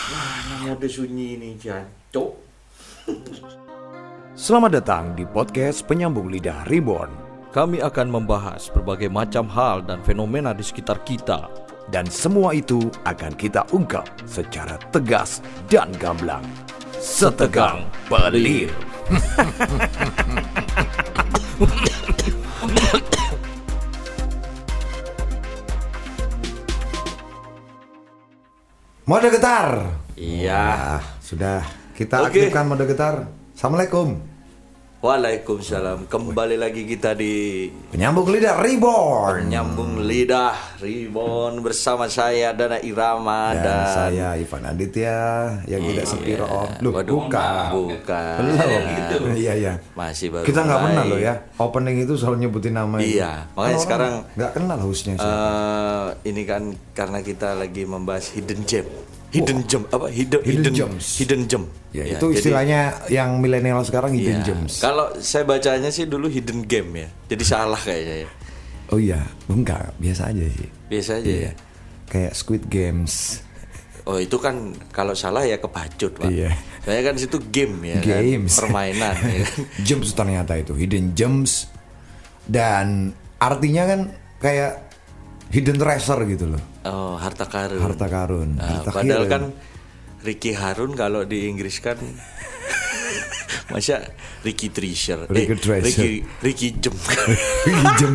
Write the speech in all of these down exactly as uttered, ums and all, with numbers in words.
Mana mode sunyi ini, jancok. Selamat datang di podcast Penyambung Lidah Reborn. Kami akan membahas berbagai macam hal dan fenomena di sekitar kita. Dan semua itu akan kita ungkap secara tegas dan gamblang. Setegang pelir. Mode getar. Iya. Nah, sudah kita Oke. aktifkan mode getar. Assalamualaikum. Waalaikumsalam. Kembali lagi kita di Penyambung Lidah Reborn. Nyambung Lidah Reborn bersama saya Dana Irama Dan, dan, saya Ivan Aditya yang tidak sepiro. Loh, Waduh, bukan. bukan. Belum. Iya, iya. Masih baru. Kita nggak mulai. pernah loh ya. Opening itu selalu nyebutin nama. Iya, makanya sekarang nggak kenal hostnya siapa. eh ini kan karena kita lagi membahas hidden gem. Hidden gem apa? Hidden Hidden hidden gems. Hidden gem. Ya, Ya, itu jadi- istilahnya yang milenial sekarang hidden Iya. gems. Kalau saya bacanya sih dulu hidden game ya. Jadi salah kayaknya ya. Oh iya, enggak, biasa aja sih. Biasa aja ya. Kayak Squid Games. Oh itu kan kalau salah ya kebacut Pak. Iya. Saya kan situ game ya Games. kan, permainan ya kan. Gems ternyata itu hidden gems, dan artinya kan kayak hidden treasure gitu loh, Oh harta karun. harta karun. Nah, harta padahal kirun. kan Ricky Harun kalau di Inggris kan masa Ricky Treasure. Ricky eh, Treasure. Ricky Ricky Gem. Hidden gem.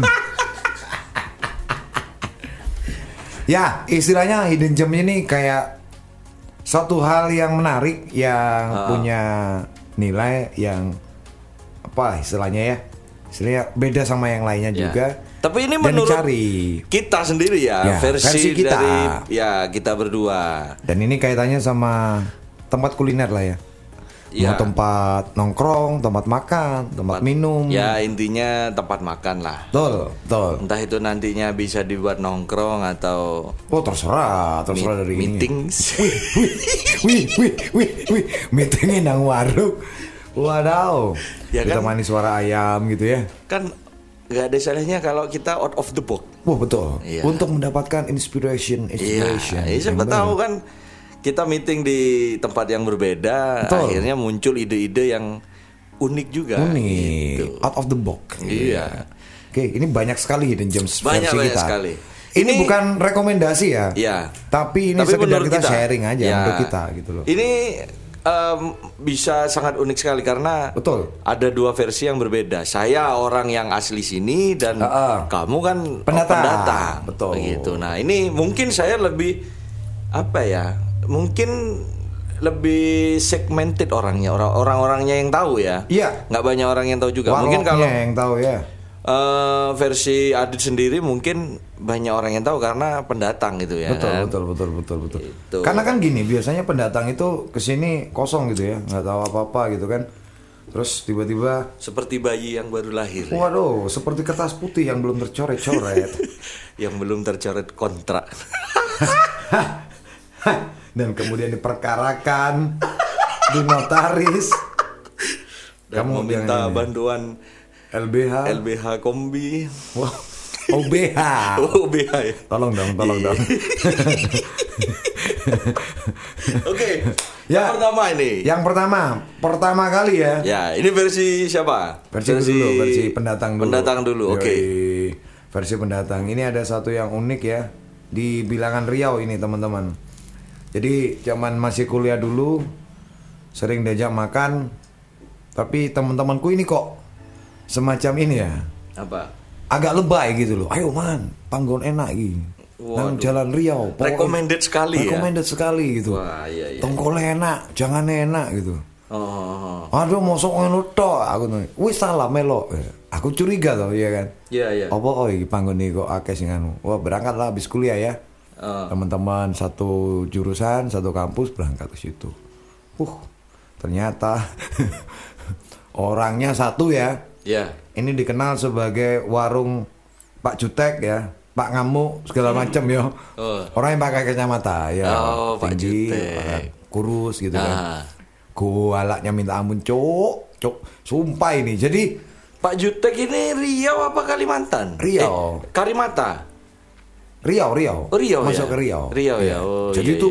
Ya, istilahnya hidden gem ini kayak satu hal yang menarik yang Ah. punya nilai yang apa istilahnya ya? Istilahnya beda sama yang lainnya Ya. juga. Tapi ini Dan menurut dicari. kita sendiri ya, Ya, versi, versi kita. dari ya kita berdua. Dan ini kaitannya sama tempat kuliner lah ya. Ya. Mau tempat nongkrong, tempat makan, tempat minum. Ya intinya tempat makan lah. Betul, betul. Entah itu nantinya bisa dibuat nongkrong atau Oh terserah, terserah meet- dari ini. meetings. Wih, wih, wih, wih, wih, meetingnya nang warung. Wadaw. Ya kan? Ditemani suara ayam gitu ya. Kan nggak ada salahnya kalau kita out of the box. Wah betul. Iya. Untuk mendapatkan inspiration, Iya, inspiration. ya, siapa yang tahu baru. kan kita meeting di tempat yang berbeda, Betul. akhirnya muncul ide-ide yang unik juga. Unik, gitu. out of the box. Iya. Oke, ini banyak sekali hidden gems Banyak, versi banyak kita. sekali. Ini, Ini- bukan rekomendasi ya. Iya. Tapi ini Tapi sekedar menurut kita, sharing aja ya, untuk kita gitu loh. Ini em, bisa sangat unik sekali karena Betul. ada dua versi yang berbeda. Saya orang yang asli sini dan Ah, ah. kamu kan Pendatang. pendatang. Betul. Begitu. Nah ini mungkin saya lebih apa ya? Mungkin lebih segmented orangnya, orang orang-orangnya yang tahu ya. Iya. Nggak banyak orang yang tahu juga. Mungkin Warlocknya kalau yang tahu ya. eh, versi Adit sendiri mungkin banyak orang yang tahu karena pendatang gitu ya. Betul, kan? betul, betul, betul, betul. Gitu. Karena kan gini, biasanya pendatang itu kesini kosong gitu ya, nggak tahu apa-apa gitu kan. Terus tiba-tiba, Seperti bayi yang baru lahir ya. waduh, seperti kertas putih yang belum tercoret-coret. Yang belum tercoret kontrak. Dan kemudian diperkarakan di notaris. Dan Kamu meminta yang ini. bantuan L B H. L B H Kombi. Wah, O B H. Oh, B H ya. Tolong dong, tolong dong. Oke. Ya. Yang pertama ini. Yang pertama, pertama kali ya. Ya, ini versi siapa? Versi, dulu, versi pendatang dulu. Pendatang dulu, oke. Yoi, versi pendatang. Ini ada satu yang unik ya di bilangan Riau ini teman-teman. Jadi zaman masih kuliah dulu sering diajak makan, tapi teman-temanku ini kok semacam ini ya, Apa? agak lebay gitu loh. Ayo man, panggon enak gitu. Nang Waduh. Jalan Riau. Pokoknya- Recommended sekali ya. Recommended sekali gitu. Wah, iya, iya. Tongkol enak, jangan enak gitu. Oh, oh, oh. Aduh mosok ngono tok aku tuh. Wis salah melo. Aku curiga toh iya kan. Iya, iya. Apa kok iki panggon iki kok akeh sing anu. Wah, berangkat lah habis kuliah ya. Oh. Teman-teman satu jurusan, satu kampus berangkat ke situ. Uh, ternyata orangnya satu ya. Ya. Ini dikenal sebagai warung Pak Jutek ya. Pak Ngamuk segala macam ya. Oh. Orang yang pakai kacamata ya. Oh, Pak tinggi, Jutek. pakai kurus gitu Ah. kan. Gualaknya minta ampun, cuk. Cuk, sumpah ini. Jadi Pak Jutek ini Riau apa Kalimantan? Riau. Eh, Karimata. Riau, Riau. Oh, Riau Masuk ya? ke Riau. Riau ya. Iya. Oh, Jadi iya, itu iya.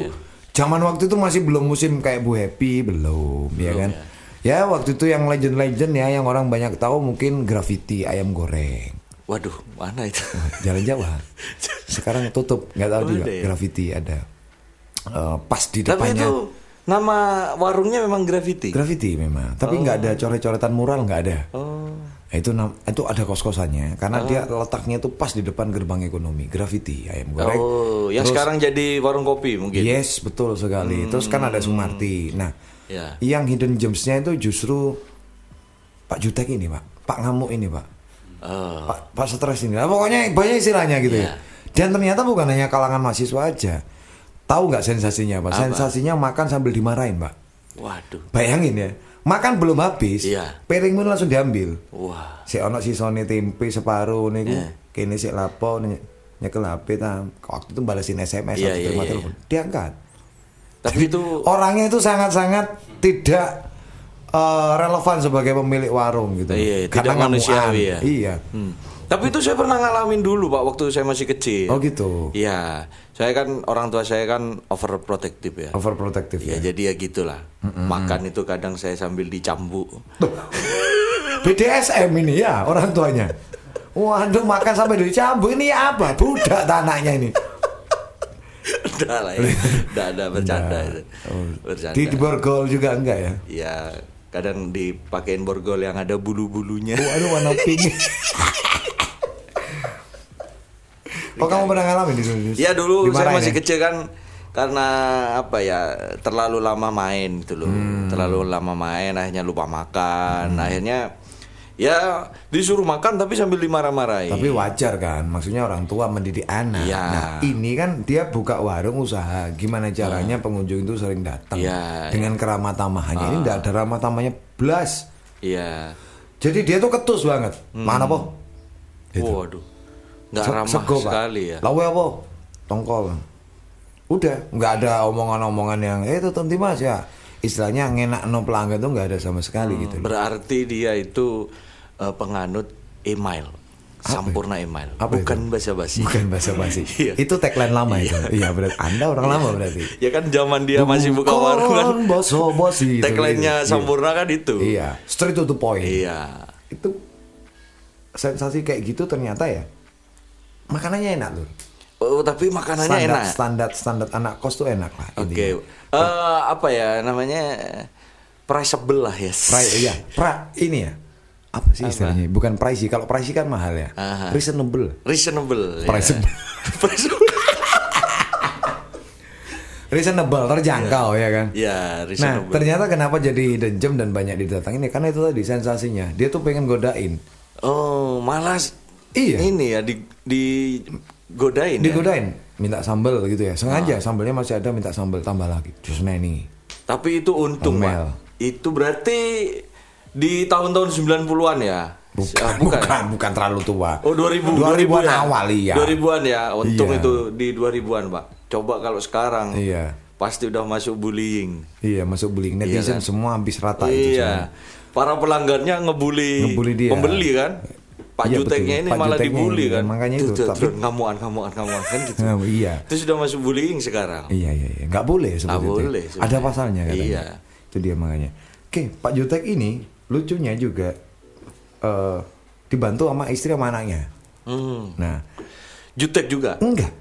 Zaman waktu itu masih belum musim kayak Bu Happy, belum, belum ya kan. Ya. ya waktu itu yang legend-legend ya, yang orang banyak tahu mungkin Graffiti ayam goreng. Waduh, mana itu? Jalan Jawa. Sekarang tutup, nggak tahu oh, juga. Ya? Graffiti ada. Uh, pas di Tapi depannya. itu nama warungnya memang Graffiti. Graffiti memang, tapi nggak oh. ada coret-coretan mural, nggak ada. Oh. Nah, itu itu ada kos-kosannya karena oh. dia letaknya itu pas di depan gerbang ekonomi. Graffiti ayam goreng. Oh, yang terus, sekarang jadi warung kopi mungkin. Yes, betul sekali. Hmm. Terus kan ada Sumarti. Nah, ya. yang hidden gems-nya itu justru Pak Jutek ini, Pak. Pak Ngamuk ini, Pak. Oh. Pak Pak Stres ini. Nah, pokoknya banyak istilahnya gitu ya. ya. Dan ternyata bukan hanya kalangan mahasiswa aja. Tahu nggak sensasinya, Pak? Apa? Sensasinya makan sambil dimarahin, Pak. Waduh. Bayangin ya. Makan belum habis, iya. piringmu langsung diambil. Wah. Si ono sisone tempe separuh niku, yeah. kene sik lapo nyekel H P ta. Waktu itu balesin S M S yeah, atau yeah, terima yeah. telepon. Diangkat. Tapi itu orangnya itu sangat-sangat tidak uh, relevan sebagai pemilik warung gitu. Iya, karena tidak manusiawi ya. Iya. Hmm. Tapi itu saya pernah ngalamin dulu, Pak, waktu saya masih kecil. Oh gitu. Iya. Saya kan orang tua saya kan overprotective ya. Overprotective ya. Ya, jadi ya gitulah. Mm-hmm. Makan itu kadang saya sambil dicambuk. B D S M ini ya orang tuanya. Waduh, makan sampai dicambuk ini apa? Budak tanahnya ini. Udah lah ya. Udah ada bercanda itu. Oh. Bercanda. Di borgol juga enggak ya? Iya, kadang dipakein borgol yang ada bulu-bulunya. Waduh, warna pink. Oh, kamu pernah ngalamin di sini? Iya, dulu saya masih ya? kecil kan, karena apa ya, terlalu lama main gitu loh. Hmm. Terlalu lama main akhirnya lupa makan. Hmm. Akhirnya ya disuruh makan tapi sambil dimarah-marahin. Tapi wajar kan, maksudnya orang tua mendidik anak. Ya. Nah, ini kan dia buka warung usaha. Gimana caranya uh. pengunjung itu sering datang ya, dengan ya. keramah tamahannya. Uh. Ini enggak ada ramah tamahnya blas. Iya. Jadi dia tuh ketus banget. Hmm. Mana po? Gitu. Waduh. Nggak Se- ramah sego, sekali Pak. Ya. Lawe apa? Tongkol. Udah, nggak ada omongan-omongan yang eh itu tonti Mas ya. Istilahnya ngenak no pelanggan tuh nggak ada sama sekali hmm, gitu. Berarti dia itu uh, penganut email. Sampurna email. Apa bukan basa-basi. Bukan basa-basi. Itu tagline lama itu. Iya, berarti Anda orang lama berarti. Ya kan zaman dia masih buka warung kan. Boso-bosi. Tagline-nya gitu. Sampurna kan itu. Iya, straight to the point. Iya. Itu sensasi kayak gitu ternyata ya. Makanannya enak loh. Oh, tapi makanannya standar, enak. Standar standar anak kos tuh enak lah. Oke. Okay. Uh, apa ya namanya? Priceable lah ya. Yes. Pra, iya. Pra ini ya. Apa sih istilahnya? Bukan pricey. Kalau pricey kan mahal ya. Aha. Reasonable. Reasonable. Priceable. Reasonable, terjangkau ya kan? Iya, reasonable. Nah, ternyata kenapa jadi hidden gem dan banyak didatangin ya? Karena itu tadi sensasinya. Dia tuh pengen godain. Oh, malas. Iya. Ini ya di di godain. Digodain, ya? minta sambal gitu ya. Sengaja ah. sambalnya masih ada, minta sambal tambah lagi. Terus ini. Tapi itu untung, Pak. Itu berarti di tahun-tahun sembilan puluhan ya. Bukan, uh, bukan, bukan, bukan terlalu tua. Oh, dua ribu, dua ribuan ya? awal ya. dua ribuan ya. Untung iya. itu di dua ribuan, Pak. Coba kalau sekarang. Iya. Pasti udah masuk bullying. Iya, masuk bullying. Netizen iya, kan? Semua habis rata iya. itu semua. Para pelanggannya ngebully, ngebully dia. Pembeli kan. Pak iya, Juteknya ini Pak malah Juteknya dibully kan. Makanya itu tuh, tapi ngamuan ngamuan ngamuan kan gitu. Oh, iya. Itu sudah masuk bullying sekarang. Iya iya iya. Enggak boleh seperti itu. Boleh, ada pasalnya katanya. Iya. Itu dia makanya. Oke, Pak Jutek ini lucunya juga uh, dibantu sama istri sama anaknya. Hmm. Nah, Jutek juga? Enggak.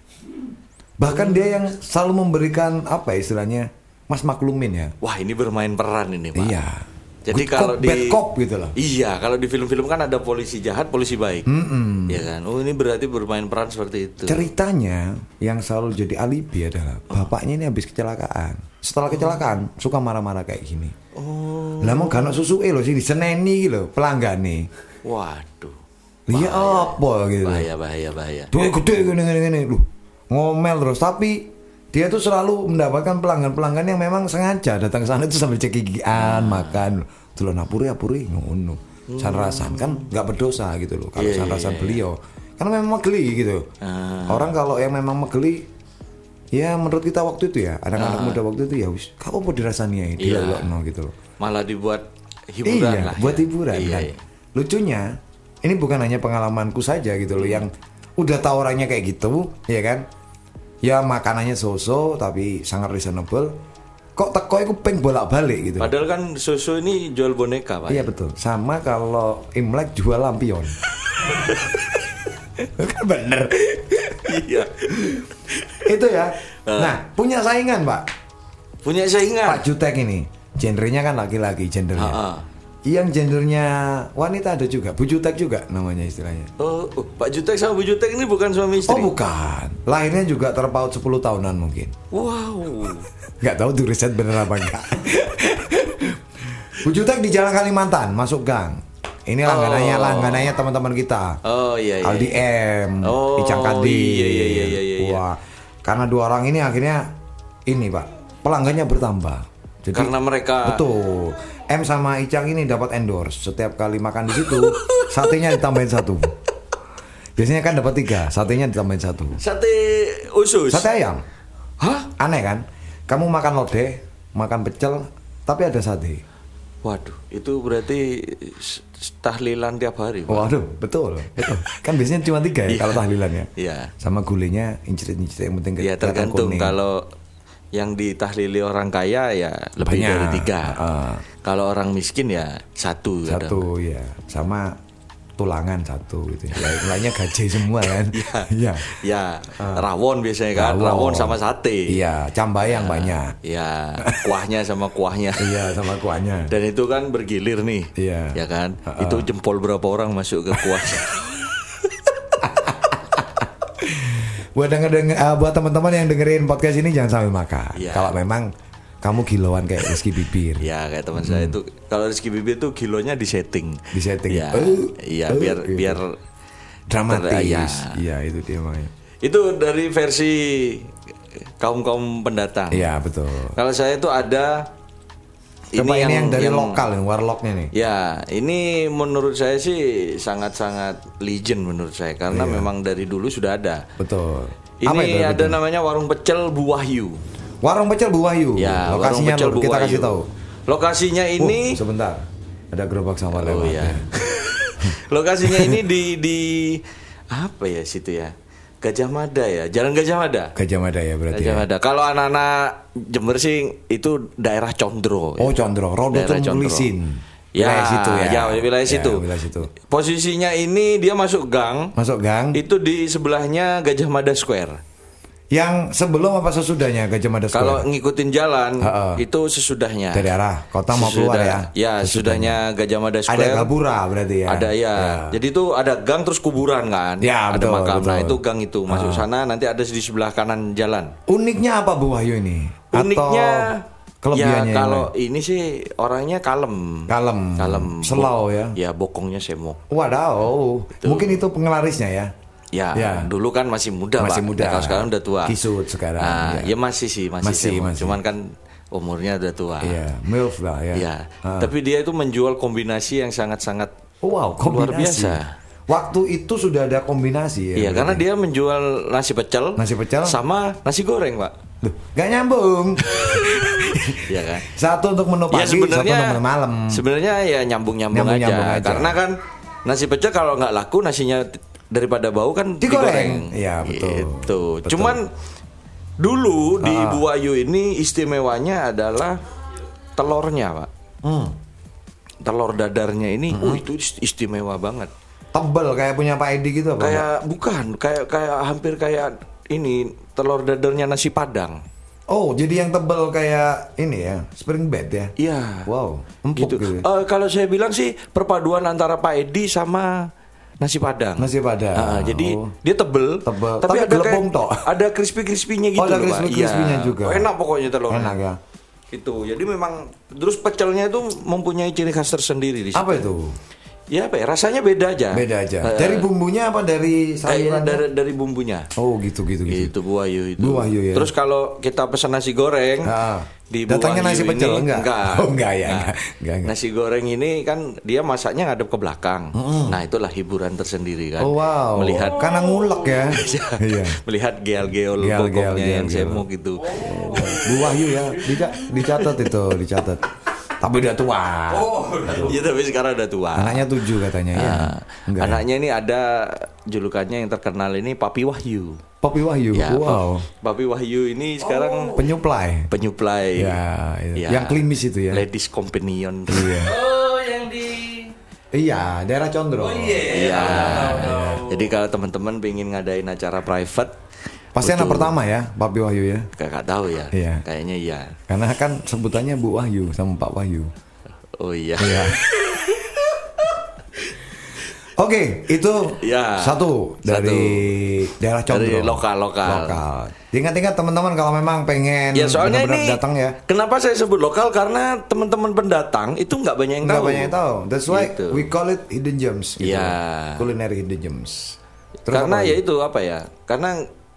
Bahkan hmm. dia yang selalu memberikan apa istilahnya? Mas maklumin ya. Wah, ini bermain peran ini, Pak. Iya. Jadi good kalau cop, di bad cop gitu loh. Iya, kalau di film-film kan ada polisi jahat, polisi baik. Mm-mm. Ya kan. Oh, ini berarti bermain peran seperti itu. Ceritanya yang selalu jadi alibi adalah bapaknya ini habis kecelakaan. Setelah kecelakaan oh. suka marah-marah kayak gini. Oh. Lah mau gak susu eh loh sih diseneni lho pelanggan nih. Waduh. Iya apa gitu. Bahaya bahaya bahaya. Tuh gede gini-gini lu. Ngomel terus tapi dia tuh selalu mendapatkan pelanggan-pelanggan yang memang sengaja datang ke sana itu sambil cek gigian, hmm. makan. Tuh lo napuri apuri ngono. Hmm. Sanrasan kan nggak berdosa gitu loh. Kalau yeah, sanrasan yeah, beliau, yeah. karena memang megeli gitu. Hmm. Orang kalau yang memang megeli, ya menurut kita waktu itu ya, anak-anak hmm. muda waktu itu ya, wis, kamu mau dirasani ya, dia yeah. no gitu loh. Malah dibuat hiburan iya, lah. Buat ya. hiburan iya, kan. Iya. Lucunya, ini bukan hanya pengalamanku saja gitu loh, yang udah tahu orangnya kayak gitu, ya kan. Ya makanannya so-so tapi sangat reasonable. Kok teko iku ping bolak-balik gitu. Padahal kan Soso ini jual boneka, Pak. Iya betul. Sama kalau Imlek jual lampion. Kan bener. Iya. Itu ya. Nah, punya saingan, Pak. Punya saingan. Pak Jutek ini. Genrenya kan laki-laki gendernya. Ha-ha. Yang gendernya wanita ada juga. Bu Jutek juga namanya istilahnya. Oh, oh, Pak Jutek sama Bu Jutek ini bukan suami istri. Oh, bukan. Lahirnya juga terpaut sepuluh tahunan mungkin. Wow. Nggak tahu tuh riset bener apa enggak. Bu Jutek di Jalan Kalimantan, masuk gang. Ini langganannya, Oh. langganannya teman-teman kita. Oh iya iya. Aldi M, Oh, Icang Kadir. iya, iya, iya, iya, iya. Wah, karena dua orang ini akhirnya ini Pak, pelanggannya bertambah. Jadi, Karena mereka betul. M sama Icang ini dapat endorse. Setiap kali makan di situ, satenya ditambahin satu. Biasanya kan dapat tiga, satenya ditambahin satu. sate usus. Sate ayam. Hah? Aneh kan? Kamu makan lodeh, makan pecel, tapi ada sate. Waduh, itu berarti s- tahlilan tiap hari, Pak. Waduh, betul, betul. Kan biasanya cuma tiga ya Iya. kalau tahlilannya. Iya. Sama gulenya incrit-incrit yang penting Ya kelihatan tergantung kuning. kalau yang ditahlili orang kaya ya lebih Banyak. dari tiga. Heeh. Kalau orang miskin ya satu. kadang. Satu ya, sama tulangan satu gitu. Ya, yang lainnya gaje semua kan. Iya. Ya, rawon biasanya kan, rawon, sama sate. Iya, cambayang banyak. Ya, kuahnya sama kuahnya. Iya, sama kuahnya. Dan itu kan bergilir nih. Iya. Ya kan? Itu jempol berapa orang masuk ke kuahnya. Buat denger, denger uh, buat teman-teman yang dengerin podcast ini jangan sampai makan. Iya. Kalau memang kamu kilauan kayak Rizky Bibir. Ya kayak teman saya itu kalau Rizky Bibir tuh kilonya disetting. Disetting. Ya, Eh, iya eh, biar gitu. biar Dramatis. ter- ya. Iya, itu dia makanya. Itu dari versi kaum kaum pendatang. Iya, betul. Kalau saya itu ada Coba ini yang, dari lokal, yang warlocknya nih. Ya, ini menurut saya sih sangat-sangat legend menurut saya karena memang dari dulu sudah ada. Betul. Ini Apa itu, ada betul? namanya warung pecel Bu Wahyu. Warung pecel Bu Wahyu. Ya, warung lokasinya pecel Lur, Bu kita Wahyu. kasih tahu. Lokasinya ini Uh, sebentar. Ada gerobak sampah Oh lewat. iya. Lokasinya ini di di apa ya situ ya? Gajah Mada ya, Jalan Gajah Mada. Gajah Mada ya berarti. Gajah Ya. Mada. Kalau anak-anak Jember sih itu daerah Condro. Oh, Condro, Rodo Daerah Condro. Lisin. Ya, Wilayah situ ya. ya, wilayah Ya, situ. wilayah situ. Posisinya ini dia masuk gang. Masuk gang. Itu di sebelahnya Gajah Mada Square. Yang sebelum apa sesudahnya Gajah Mada Square? Kalau ngikutin jalan Ha-ha. itu sesudahnya. Dari arah kota mau keluar ya? Ya, sesudahnya Gajah Mada Square. Ada gapura berarti ya. Ada ya. Jadi itu ada gang terus kuburan kan. Ya, ada betul, makam. betul. Nah, itu gang itu. Masuk sana nanti ada di sebelah kanan jalan. Uniknya apa Bu Wahyu ini? Uniknya Atau kelebihannya ya yang kalau lain? ini sih orangnya kalem. Kalem. Kalem. Slow ya. Ya, bokongnya semok. Wadaw. Mungkin itu pengelarisnya ya. Ya, Ya. dulu kan masih muda, Masih Pak. muda. Nah, kalau sekarang udah tua. Kisut sekarang, Nah, ya. ya masih sih, masih, Masih, semok. masih. Cuman kan umurnya udah tua. Iya, milf lah ya. Ya. Ah. Tapi dia itu menjual kombinasi yang sangat-sangat Oh, wow, luar kombinasi. biasa. Waktu itu sudah ada kombinasi ya. Iya, berarti? karena dia menjual nasi pecel, Nasi pecel? sama nasi goreng, Pak. Loh, gak nyambung. Iya kan? Satu untuk menu Ya pagi, satu sebenarnya untuk menu malam. sebenarnya ya nyambung-nyambung aja. Nyambung-nyambung aja. Karena kan nasi pecel kalau nggak laku nasinya t- daripada bau kan Digoreng. digoreng. Iya, betul. Gitu. Betul. Cuman dulu di Ah. Bu Wahyu ini istimewanya adalah telurnya, Pak. Hmm. Telur dadarnya ini, oh itu ist- istimewa banget. Tebel kayak punya Pak Edi gitu apa? Kayak bukan, kayak kayak hampir kayak ini telur dadarnya nasi Padang. Oh, jadi yang tebel kayak ini ya, spring bed ya? Iya. Wow, empuk Gitu. gitu. Eh, kalau saya bilang sih perpaduan antara Pak Edi sama nasi Padang. Nasi Padang. Ah, jadi Oh. dia tebel, Tebel. tapi, Tapi ada gelepung kayak- tok. ada crispy crispy-nya gitu Oh, ada loh, Pak. crispy-crispy-nya Iya. juga. Enak pokoknya telurnya. Enak ya. Gitu. Jadi memang terus pecelnya itu mempunyai ciri khas tersendiri di situ. Apa itu? Ya apa ya? Rasanya beda aja. Beda aja. Eh, Dari bumbunya apa dari kayaknya sayurannya? dari dari bumbunya. Oh, gitu gitu gitu. Itu Bu Wahyu itu. Bu Wahyu, ya. Terus kalau kita pesan nasi goreng Ah. di Bu Datangnya Wahyu nasi pecel, ini, enggak? Oh, enggak ya, Nah, enggak, enggak, enggak. Nasi goreng ini kan dia masaknya ngadep ke belakang. Nah, itulah hiburan tersendiri kan. Oh, wow. Melihat Karena ngulek ya. Iya. melihat geol-geol Geol, bokongnya geol, yang geol, geol. semuk gitu. Bu Wahyu ya, Dica- dicatat itu, dicatat. Tapi udah tua. Ya tapi sekarang udah tua. Anaknya tujuh katanya ya. Nah, Enggak. anaknya ini ada julukannya yang terkenal ini Papi Wahyu. Papi Wahyu. Ya, Wow. Papi Wahyu ini sekarang Penyuplai. penyuplai. Ya, Ya. yang klimis itu ya. Ladies Companion. Iya. Oh, yang di Iya, daerah Condro. Iya. Jadi kalau teman-teman pengen ngadain acara private, Pasti anak butuh- pertama ya, Papi Wahyu ya. Kakak tahu ya. Iya. Kayaknya iya. Karena kan sebutannya Bu Wahyu sama Pak Wahyu. Oh iya. Iya. Oke, itu Ya, satu dari daerah Condro. Dari lokal-lokal. Lokal. Ingat-ingat teman-teman kalau memang pengen Ya soalnya benar-benar ini datang ya. Kenapa saya sebut lokal? Karena teman-teman pendatang itu nggak banyak yang Nggak tahu. banyak yang tahu. That's why Gitu. we call it hidden gems. Gitu. Iya. Culinary hidden gems. Terus Karena apa ya lagi? itu apa ya? Karena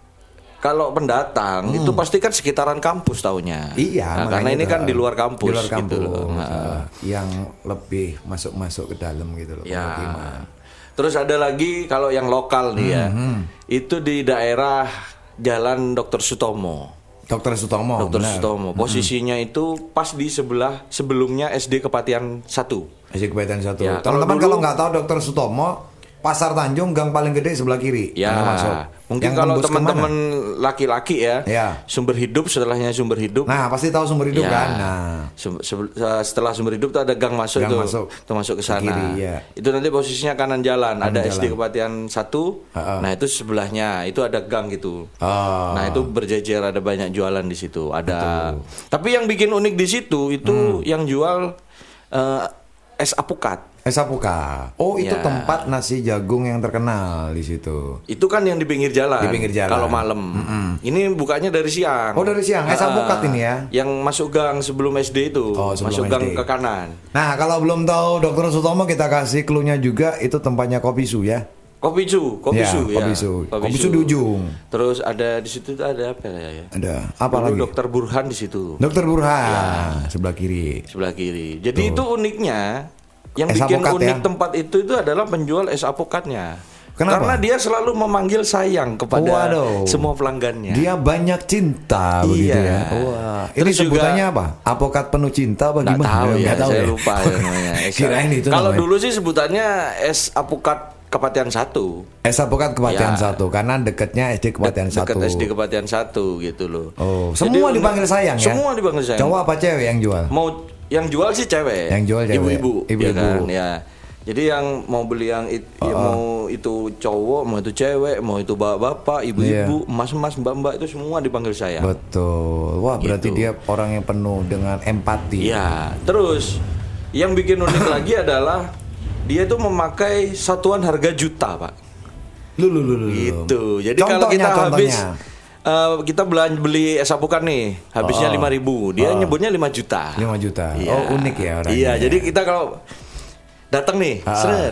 kalau pendatang itu pasti kan sekitaran kampus taunya. Iya, Nah, makanya karena ini itu, kan di luar kampus, Di luar kampus. gitu loh. Nah, uh, yang lebih masuk-masuk ke dalam gitu loh. ya. pemukiman. Terus ada lagi kalau yang lokal nih ya, itu di daerah Jalan Dokter Sutomo. Dokter Sutomo. Dokter benar. Sutomo. Posisinya itu pas di sebelah sebelumnya S D Kepatihan satu. S D Kebaikan satu. Ya, Teman-teman kalau kalau dulu- nggak tahu Dokter Sutomo, Pasar Tanjung gang paling gede sebelah kiri. Ya, Anda masuk. mungkin Yang kalau tembus teman-teman kemana? laki-laki ya, Ya. Sumber Hidup setelahnya Sumber Hidup. Nah, pasti tahu Sumber Hidup Ya. kan. Nah, Se- se- setelah Sumber Hidup tuh ada gang masuk Gang tuh, masuk. tuh masuk ke Ke sana. kiri, ya. Itu nanti posisinya kanan jalan, Kanan ada S D jalan. Kepatihan satu. Ha-ha. Nah itu sebelahnya itu ada gang gitu. Oh. Nah itu berjejer ada banyak jualan di situ. Ada. Tapi yang bikin unik di situ itu Hmm. yang jual eh, es apukat. Es Apuka. Oh, itu Ya. tempat nasi jagung yang terkenal di situ. Itu kan yang di pinggir jalan. Di pinggir jalan. Kalau malam. Ini bukanya dari siang. Oh, dari siang. Es Ah, Apukat ini ya. Yang masuk gang sebelum S D itu. Oh, sebelum masuk S D. gang ke kanan. Nah, kalau belum tahu Dokter Sutomo, kita kasih clue-nya juga, itu tempatnya Kopi Su ya. Kopi Su, Kopi Ya, Su ya. Kopi Su. Kopi Su di ujung. Terus ada di situ tuh ada apa ya? Ada apa Dulu lagi? Dokter Burhan di situ. Dokter Burhan sebelah kiri. Sebelah kiri. Jadi itu uniknya yang Es bikin apokat unik ya? tempat itu itu adalah penjual es apokatnya. Kenapa? Karena dia selalu memanggil sayang kepada Waduh. semua pelanggannya. Dia banyak cinta begitu Iya. ya. Wah, ini Terus juga- sebutannya apa? Apokat penuh cinta apa Nggak gimana? tahu ya, Nggak tahu saya ya. lupa ya namanya. Es- Kirain itu Kalau namanya. dulu sih sebutannya es apokat Kepatihan satu. Es Apokat Kepatihan Ya. satu karena dekatnya S D Kepatihan Dekat satu. S D Kepatihan satu gitu loh. Oh, Jadi semua unik- dipanggil sayang ya? Semua dipanggil sayang. Cowok apa cewek yang jual? Mau yang jual sih cewek. Yang jual cewek. Ibu-ibu. Ibu-ibu. Ya kan? Ya. Jadi yang mau beli yang it- ya mau itu cowok, mau itu cewek, mau itu bapak-bapak, ibu-ibu, Iya. emas-emas, mbak-mbak itu semua dipanggil saya. Betul. Wah, berarti Gitu. dia orang yang penuh dengan empati. Iya. Terus yang bikin unik lagi adalah dia itu memakai satuan harga juta, Pak. Lu lu lu lu. lu. Gitu. Jadi kalau Contohnya, kita habis contohnya. eh, kita belan beli es apokat nih, habisnya lima ribu, dia nyebutnya lima juta. lima juta. Iya. Oh, unik ya orangnya. Iya, jadi kita kalau datang nih, Ah. seret.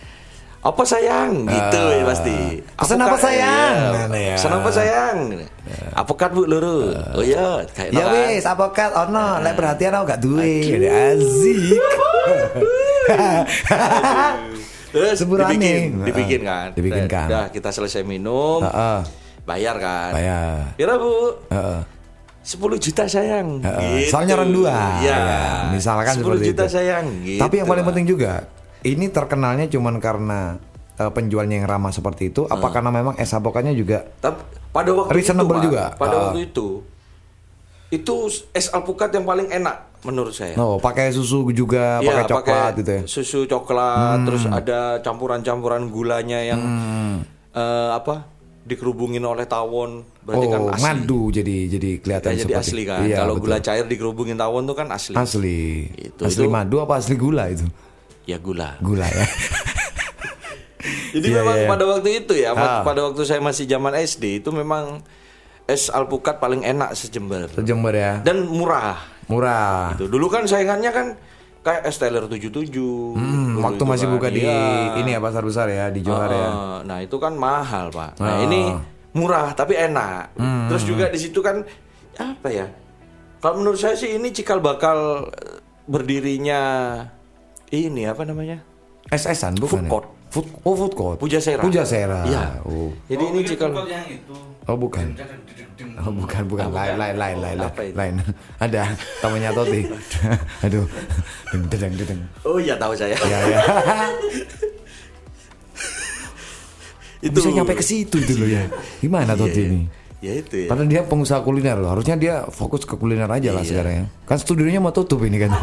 Apa sayang? Gitu Ah. ya pasti. Pesen apa Apokat, sayang? iya. Nah, ya. Pesen apa sayang? Apokat Bu luru. Oh iya, kayak Ya kan. wis, apokat ono, lek perhatian aku gak duwe. Asik. Terus Seburane. dibikin, Heeh. dibikin kan. Dibikinkan. Udah kita selesai minum, Heeh. bayar kan. Bayar. Kira Bu, Heeh. sepuluh juta sayang. Heeh. Gitu. Soalnya orang dua. Iya. Ya, misalkan sepuluh seperti juta itu. sayang. Gitu. Tapi yang paling penting juga, ini terkenalnya cuman karena eh, penjualnya yang ramah seperti itu, apa karena memang es apokatnya juga Tapi pada waktu reasonable itu, Pak, juga? pada Ah. waktu itu itu es alpukat yang paling enak menurut saya. oh, pakai susu juga, Iya, pakai coklat gitu ya. Susu coklat, terus ada campuran-campuran gulanya yang eh, apa? Dikerubungin oleh tawon, berarti kan Oh, asli. madu jadi jadi kelihatan Ya, jadi seperti asli kan. Iya, Kalau betul. gula cair dikerubungin tawon tuh kan asli. asli. Itu- asli itu- madu apa asli gula itu? Ya gula. Gula ya. Jadi Iya, memang iya. pada waktu itu ya, Ah. pada waktu saya masih zaman S D itu memang es alpukat paling enak se-Jember Sejember ya. dan murah. Murah. Gitu. Dulu kan saingannya kan kayak es teler tujuh puluh tujuh. Hmm, Dulu waktu itu masih kan. buka di Iya. ini ya pasar besar ya di Johar ya. Heeh. Nah itu kan mahal Pak. Nah Ah. ini murah tapi enak. Hmm, Terus juga di situ kan apa ya? Kalau menurut saya sih ini cikal bakal eh, berdirinya ini apa namanya? Es-esan bukan Food ya? court. Food, oh food court. Pujasera. Pujasera. Iya. Oh. Jadi ini cikal. yang itu. Oh bukan. Oh bukan bukan lain lain lain lain lain. Apa itu? lain. Ada tamunya Toti. Aduh. Deng deng deng. Oh iya tahu saya. Ya ya. Itu. Bisa nyampe ke situ itu loh ya. Gimana Toti Iya, ini? Ya itu ya. Padahal dia pengusaha kuliner loh. Harusnya dia fokus ke kuliner aja lah Iya. sekarang ya. Kan studionya mau tutup ini kan.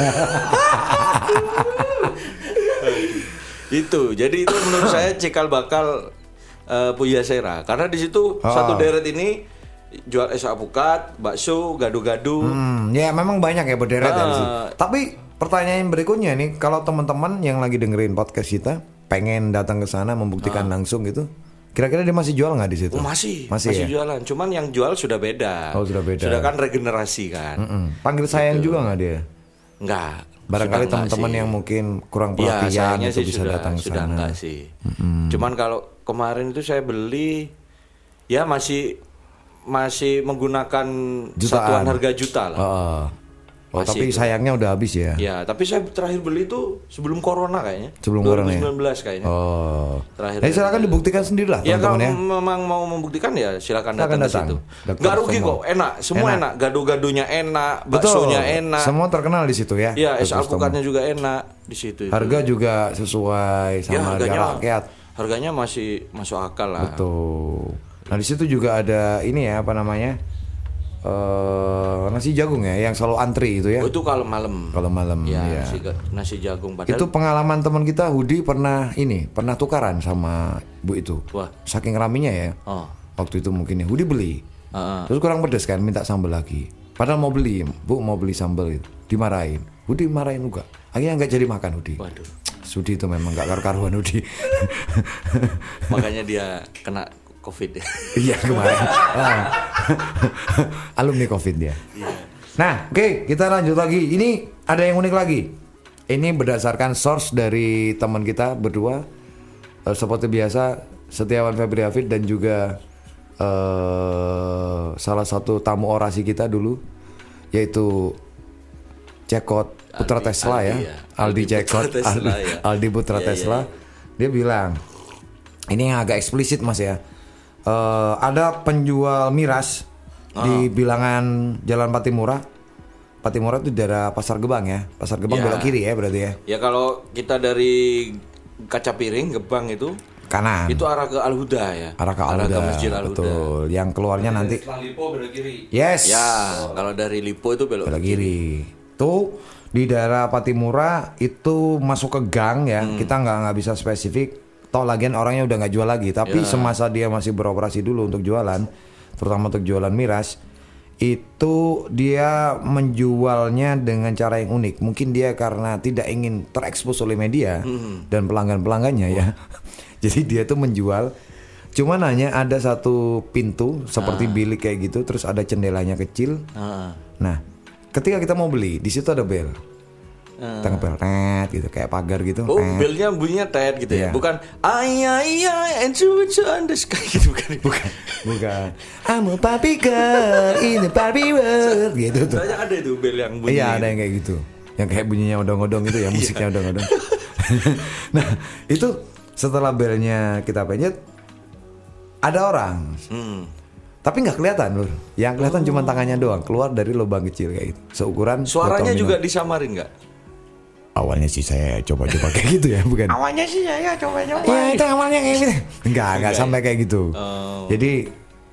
Itu. Jadi itu menurut saya cikal bakal uh, Puyasera. Karena di situ Oh. satu deret ini jual es alpukat, bakso, gado-gado. Hmm, ya memang banyak ya berderet ya di situ. Ah. Tapi pertanyaan berikutnya nih, kalau teman-teman yang lagi dengerin podcast kita pengen datang ke sana membuktikan langsung gitu, kira-kira dia masih jual nggak di situ? Oh, masih, masih, masih ya? jualan. Cuman yang jual sudah beda. Oh, sudah beda. Sudah kan regenerasi kan. Mm-mm. Panggil sayang juga nggak dia? Enggak. Barangkali Sudah enggak teman-teman sih. yang mungkin kurang Ya, perhatian sayangnya itu sih bisa sudah, datang ke sudah sana. enggak sih. Cuman kalau kemarin itu saya beli, ya masih masih menggunakan Jutaan. satuan harga juta lah. Oh, oh Masih tapi itu. sayangnya udah habis ya? Ya, tapi saya terakhir beli itu sebelum corona kayaknya. Sebelum corona ya? dua ribu sembilan belas kayaknya. Oh, Terakhir eh, silakan dibuktikan sendiri lah Ya kalau teman-teman ya. memang mau membuktikan ya silakan Silakan datang ke datang. situ. Dokter Nggak rugi Tomo. kok, enak, semua Enak. enak, gado-gadonya enak, Betul. baksonya enak. Semua terkenal di situ ya. Ya, es Dokter Tomo. alpukatnya juga enak di situ. itu. Harga juga sesuai ya, sama harga harganya rakyat. harganya masih masuk akal lah. Betul. Nah di situ juga ada ini ya apa namanya eh nasi jagung ya yang selalu antri itu ya. Oh, itu kalau malam. Kalau malam Ya, ya. nasi, nasi jagung padahal. Itu pengalaman teman kita Hudi pernah ini pernah tukaran sama Bu itu. Wah. Saking raminya ya. Oh. Waktu itu mungkin ya Hudi beli. Heeh. Terus kurang pedes kan minta sambal lagi. Padahal mau beli, Bu mau beli sambal itu. Dimarahin. Hudi marahin juga. Akhirnya nggak jadi makan Hudi. Waduh. Sudi itu memang nggak karu-karuan Hudi. Makanya dia kena Covid ya. Iya kemarin. Ah. Alumni Covid dia. Nah, oke kita lanjut lagi. Ini ada yang unik lagi. Ini berdasarkan source dari teman kita berdua. Eh, seperti biasa, Setiawan Febri Hafid dan juga eh, salah satu tamu orasi kita dulu, yaitu Cekot Putra Aldi- Tesla Aldi ya. ya. Aldi Aldi Cekot, Putra Tesla Aldi, ya. Aldi Putra Iya, iya, Tesla. iya. Dia bilang, ini yang agak eksplisit Mas ya. Eh, ada penjual miras di bilangan Jalan Patimura. Patimura itu daerah Pasar Gebang ya. Pasar Gebang Ya. belok kiri ya berarti ya. Ya kalau kita dari kaca piring Gebang itu Kanan. itu arah ke Al-Huda ya. arah ke Al-Huda. Masjid Al-Huda. Betul. Yang keluarnya nanti Setelah Lipo belok kiri. yes. Ya, kalau dari Lipo itu belok, Belok kiri. Tuh di daerah Patimura itu masuk ke gang ya. Hmm. Kita nggak nggak bisa spesifik. Toh lagian orangnya udah nggak jual lagi. Tapi Ya. semasa dia masih beroperasi dulu untuk jualan, terutama untuk jualan miras, itu dia menjualnya dengan cara yang unik. Mungkin dia karena tidak ingin terekspos oleh media Hmm. dan pelanggan-pelanggannya ya. Jadi dia tuh menjual. Cuman hanya ada satu pintu seperti Ah. bilik kayak gitu, terus ada jendelanya kecil. Ah. Nah, ketika kita mau beli, di situ ada bel. Kita ngebel tet gitu kayak pagar gitu. Oh, tet. belnya bunyinya tet gitu Iya. ya. Bukan ayah ayah and so so on the sky gitu bukan. Bukan. Bukan. I'm a Barbie girl in the Barbie world gitu tuh. Soalnya ada itu bel yang bunyi. Iya, ada yang kayak gitu. Yang kayak bunyinya odong-odong gitu ya, musiknya odong-odong. Nah, itu setelah belnya kita pencet ada orang. Hmm. Tapi nggak kelihatan lur. Yang kelihatan cuma tangannya doang keluar dari lubang kecil kayak gitu. Seukuran Suaranya botol juga minum. disamarin nggak? Awalnya sih saya coba-coba kayak gitu ya, bukan? Awalnya sih ya coba-coba. Ya itu awalnya kayak gitu. Enggak, enggak ya? sampai kayak gitu. Oh. Jadi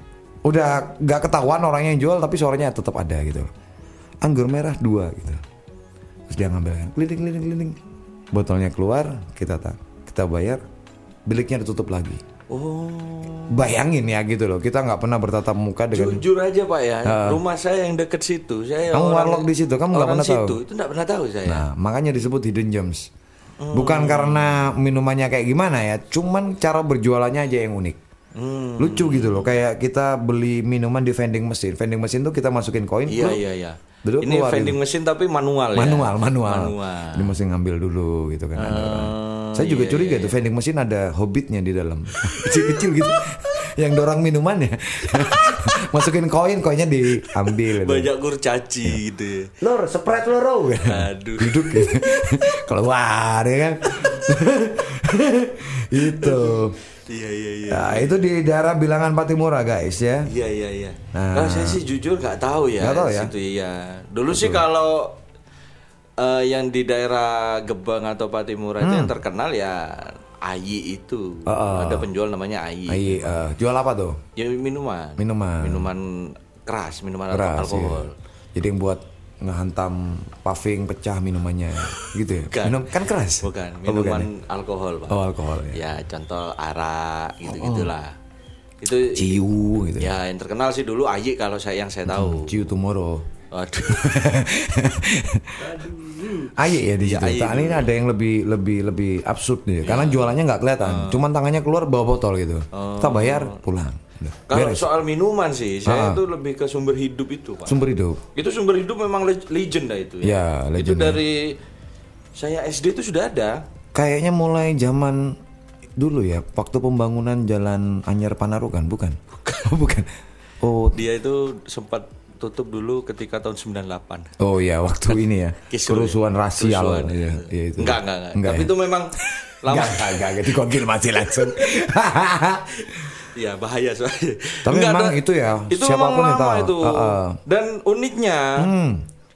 udah nggak ketahuan orangnya yang jual tapi suaranya tetap ada gitu. Anggur merah dua gitu. Terus dia ngambil kan, keliling keliling keliling. Botolnya keluar, kita tak kita bayar, biliknya ditutup lagi. Oh. Bayangin ya gitu loh. Kita nggak pernah bertatap muka dengan Jujur aja Pak ya, rumah saya yang deket situ. Saya Kamu orang- warlock di situ, kamu nggak orang pernah tahu? situ. Itu nggak pernah tahu saya. Nah, makanya disebut hidden gems. Bukan karena minumannya kayak gimana ya, cuman cara berjualannya aja yang unik. Hmm. Lucu gitu loh, kayak kita beli minuman di vending mesin. Vending mesin tuh kita masukin koin. Iya pluk, iya iya. duduk Ini keluar vending gitu. mesin tapi manual, Manual, ya. manual. Manual. Ini mesti ngambil dulu gitu kan. ada orang. Oh, Saya juga iya, curiga iya, tuh vending mesin ada hobbitnya di dalam. Kecil-kecil gitu. Yang dorong minumannya. Masukin koin, koinnya diambil gitu. Banyak kurcaci gitu. ya. Lor, spread loro. Aduh. Duduk gitu. Keluar ya kan. Itu. Iya iya iya. Nah, itu di daerah bilangan Patimura guys ya. Iya iya iya. Nah. Nah, saya sih jujur nggak tahu ya. Nggak tahu ya? Situ iya. Dulu sih kalau eh, yang di daerah Gebang atau Patimura itu Hmm. yang terkenal ya Ayi itu. Uh, uh. Ada penjual namanya Ayi. Ayi, uh, jual apa tuh? Ya minuman. Minuman. Minuman keras, minuman Keras, alkohol. Iya. Jadi yang buat ngehantam paving pecah minumannya gitu ya. Bukan. Minum kan keras. Bukan, Oh, bukan minuman ya? alkohol, Pak. Oh, alkohol ya. Ya, contoh arak gitu-gitulah. Itu Ciu gitu. ya yang terkenal sih dulu Ayi kalau saya yang saya tahu. Ciu tomorrow. Waduh. Ayi ya di Ya, situ. Ayi Nah, ini ada yang lebih lebih lebih absurd nih. Karena jualannya nggak kelihatan. Cuman tangannya keluar bawa botol gitu. Kita bayar pulang. Udah, Kalau beres. soal minuman sih, saya Ah. itu lebih ke sumber hidup itu, Pak. Sumber hidup. Itu sumber hidup memang le- legend dah itu Ya, Itu legend. dari saya S D itu sudah ada. Kayaknya mulai zaman dulu ya, waktu pembangunan Jalan Anyar Panarukan, bukan? Bukan. bukan. Oh, Dia itu sempat tutup dulu ketika tahun sembilan puluh delapan. oh ya, waktu ini ya. Kisruh, Kerusuhan rasial. kerusuhan, Iya, itu. iya, itu. Enggak, enggak, enggak. Enggak Tapi ya? itu memang lama. Enggak, enggak, enggak, enggak, dikonfirmasi langsung. Iya, bahaya soalnya. Tapi Enggak, memang ada- itu ya, Itu siapapun memang yang lama tahu. itu. Ah, ah. Dan uniknya, Hmm.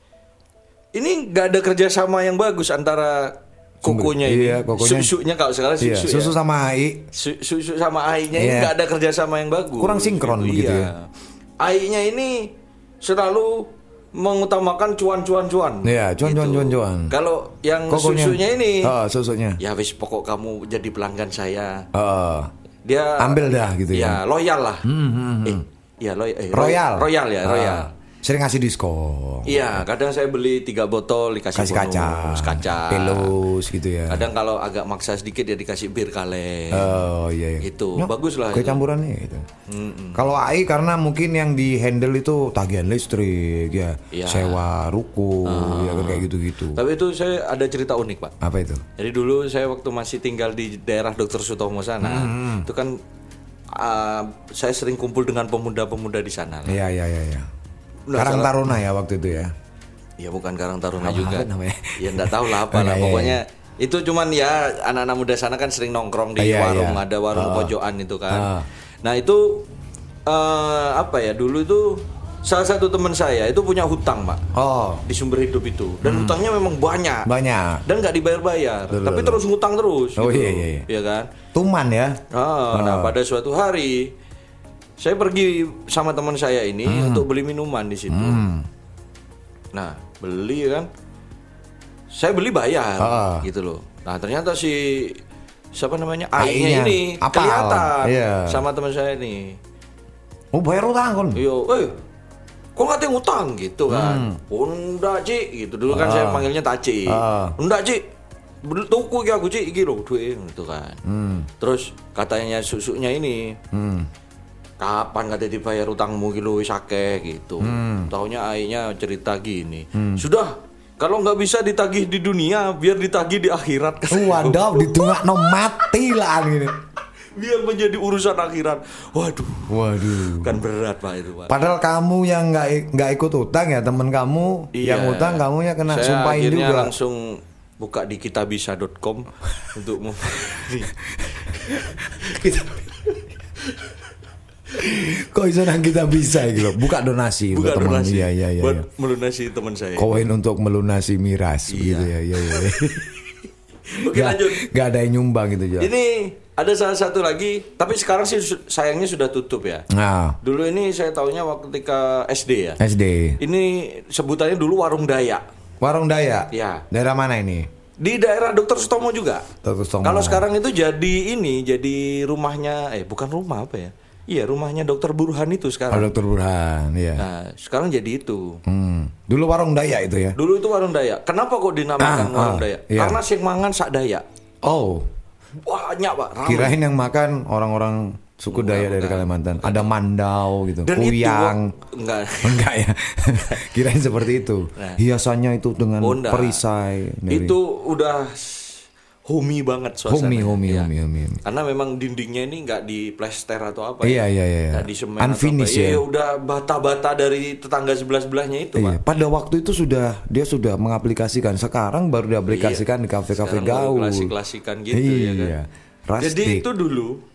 ini nggak ada kerjasama yang bagus antara kokonya ini, Iya, kokonya. susunya kalau sekarang Iya, susu, susu ya. sama A I. Su- susu sama A I-nya ini Iya. nggak ada kerjasama yang bagus. Kurang sinkron begitu iya. ya. A I-nya ini selalu mengutamakan cuan-cuan-cuan. Iya, cuan, cuan, cuan, cuan. Kalau yang Kokonya. susunya ini, Ah, susunya. ya wis pokok kamu jadi pelanggan saya. Ah, Dia ambil dah gitu ya. Ya loyal lah. Hmm, hmm, hmm. Eh, ya loy- eh, Royal. Royal ya, Ah, royal. sering ngasih diskon. Iya, kadang saya beli tiga botol dikasih Kasih kaca, bonus, kaca, pelos gitu ya. Kadang kalau agak maksa sedikit ya dikasih bir kaleng. Oh iya, iya. Gitu, bagus lah Kayak itu. campurannya gitu. Kalau A I karena mungkin yang di handle itu tagihan listrik ya, Iya. sewa ruko, ya kan kayak gitu-gitu. Tapi itu saya ada cerita unik, Pak. Apa itu? Jadi dulu saya waktu masih tinggal di daerah dokter Sutomo sana, Hmm, itu kan uh, saya sering kumpul dengan pemuda-pemuda di sana. lah. Iya iya iya. iya. Nah, Karang salah- Taruna ya waktu itu ya. Ya bukan Karang Taruna Apa juga. namanya? Ya enggak tahu lah apa Oh, lah. iya, iya, Pokoknya itu cuman ya anak-anak muda sana kan sering nongkrong di Iya, warung, iya. ada warung Ah. pojokan itu kan. Ah. Nah, itu eh, apa ya? Dulu itu salah satu teman saya itu punya hutang, Pak. Oh, Di sumber hidup itu. Dan hutangnya memang banyak. banyak. Dan nggak dibayar-bayar. Betul, Tapi betul. terus ngutang terus Oh, gitu. iya, iya, iya. Iya kan? Tuman ya. Ah, nah pada suatu hari saya pergi sama teman saya ini Hmm. untuk beli minuman di situ. Nah beli kan, saya beli bayar Ah. gitu loh. Nah ternyata si siapa namanya A I-nya A I-nya ini apal. kelihatan Iya. sama teman saya ini. Oh, bayar utang kon. Yo, eh kok nggak ada utang gitu kan? Oh, enggak Ci, gitu dulu kan Hmm. Ah. saya panggilnya Taci. Ah. Enggak Ci, beli tuku ya aku Ci, iki lho duit gitu kan. Hmm. Terus katanya susunya ini, Hmm. kapan kata dibayar utangmu kilo wis akeh gitu. Hmm. Taunya A I-nya cerita gini, sudah kalau nggak bisa ditagih di dunia, biar ditagih di akhirat. Waduh, ditungak no mati lah gini. Biar menjadi urusan akhirat. Waduh, Waduh. kan berat Pak itu Pak. Padahal kamu yang nggak nggak ikut utang ya, temen kamu Iya. yang utang kamu ya kena Saya sumpahin akhirnya juga. langsung buka di kitabisa dot com untuk mem- Kok bisa nang kita bisa gitu loh. Buka donasi buka untuk teman. donasi Iya iya iya. buat iya. melunasi teman saya. Koin untuk melunasi miras Iya. gitu ya. Iya iya. Oke Gak, lanjut. gak ada yang nyumbang gitu ya. Ini ada salah satu lagi, tapi sekarang sih su- sayangnya sudah tutup ya. Nah, Dulu ini saya taunya waktu ketika S D ya. S D. Ini sebutannya dulu warung Dayak. Warung Dayak. Iya. Daerah mana ini? Di daerah dokter Sutomo juga. Dokter Sutomo. Kalau sekarang itu jadi ini, jadi rumahnya, eh bukan rumah apa ya? Iya rumahnya dokter Burhan itu Oh, sekarang. Dokter Burhan, iya. Nah sekarang jadi itu. Hmm. Dulu warung Dayak itu ya. Dulu itu warung Dayak. Kenapa kok dinamakan Ah, warung ah, Dayak? iya. Karena sing mangan sak Dayak. Oh, Banyak Pak. ramai. kirain yang makan orang-orang suku Dayak dari Kalimantan. Ada mandau gitu, Dan kuyang. itu enggak. Enggak ya. Kirain seperti itu. Nah. Hiasannya itu dengan Oh, enggak. perisai. dari- Itu udah homey banget suasananya. Homey, homey, Iya. homey, homey. Karena memang dindingnya ini nggak di plester atau apa Iya, ya. iya, iya. Nggak di semen atau Unfinished apa. ya. Iya, udah bata-bata dari tetangga sebelah-sebelahnya itu, Iya, Pak. pada waktu itu sudah dia sudah mengaplikasikan. Sekarang baru diaplikasikan di kafe-kafe Sekarang baru gaul. Klasik-klasikan gitu ya kan. Iya. Rustic. Jadi itu dulu